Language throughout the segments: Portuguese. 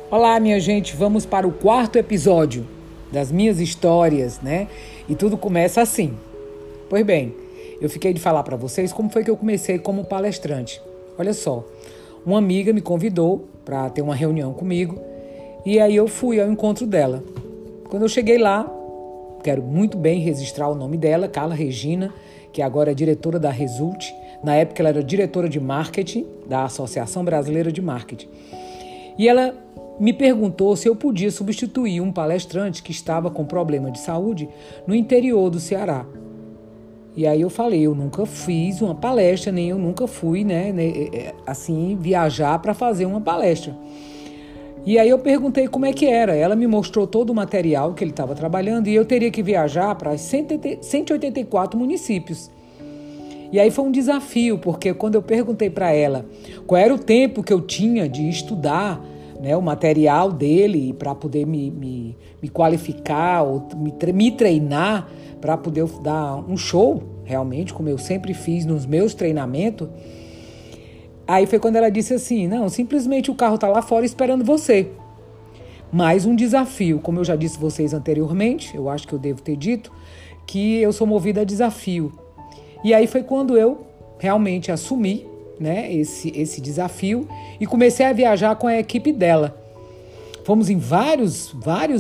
Olá, minha gente, vamos para o 4º episódio das minhas histórias, né? E tudo começa assim. Pois bem, eu fiquei de falar para vocês como foi que eu comecei como palestrante. Olha só, uma amiga me convidou para ter uma reunião comigo e aí eu fui ao encontro dela. Quando eu cheguei lá, quero muito bem registrar o nome dela, Carla Regina, que agora é diretora da Result. Na época ela era diretora de marketing da Associação Brasileira de Marketing. E ela me perguntou se eu podia substituir um palestrante que estava com problema de saúde no interior do Ceará. E aí eu falei, eu nunca fiz uma palestra, nem eu nunca fui, assim, viajar para fazer uma palestra. E aí eu perguntei como é que era. Ela me mostrou todo o material que ele estava trabalhando e eu teria que viajar para 184 municípios. E aí foi um desafio, porque quando eu perguntei para ela qual era o tempo que eu tinha de estudar, né, o material dele para poder me qualificar ou me treinar para poder dar um show, realmente, como eu sempre fiz nos meus treinamentos. Aí foi quando ela disse assim, não, simplesmente o carro está lá fora esperando você. Mais um desafio, como eu já disse vocês anteriormente, eu acho que eu devo ter dito, que eu sou movida a desafio. E aí foi quando eu realmente assumi, né, esse desafio e comecei a viajar com a equipe dela. Fomos em vários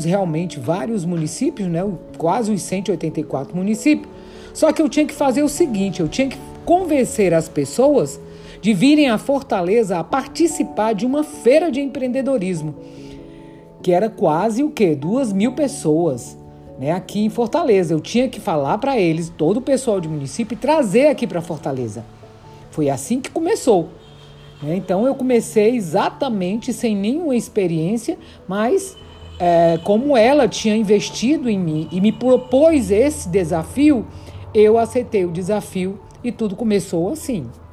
municípios, né, quase os 184 municípios. Só que eu tinha que fazer o seguinte, eu tinha que convencer as pessoas de virem a Fortaleza a participar de uma feira de empreendedorismo, que era quase 2.000 pessoas, né, aqui em Fortaleza. Eu tinha que falar para eles, todo o pessoal do município, e trazer aqui para Fortaleza. Foi assim que começou. Então eu comecei exatamente sem nenhuma experiência, mas como ela tinha investido em mim e me propôs esse desafio, eu aceitei o desafio e tudo começou assim.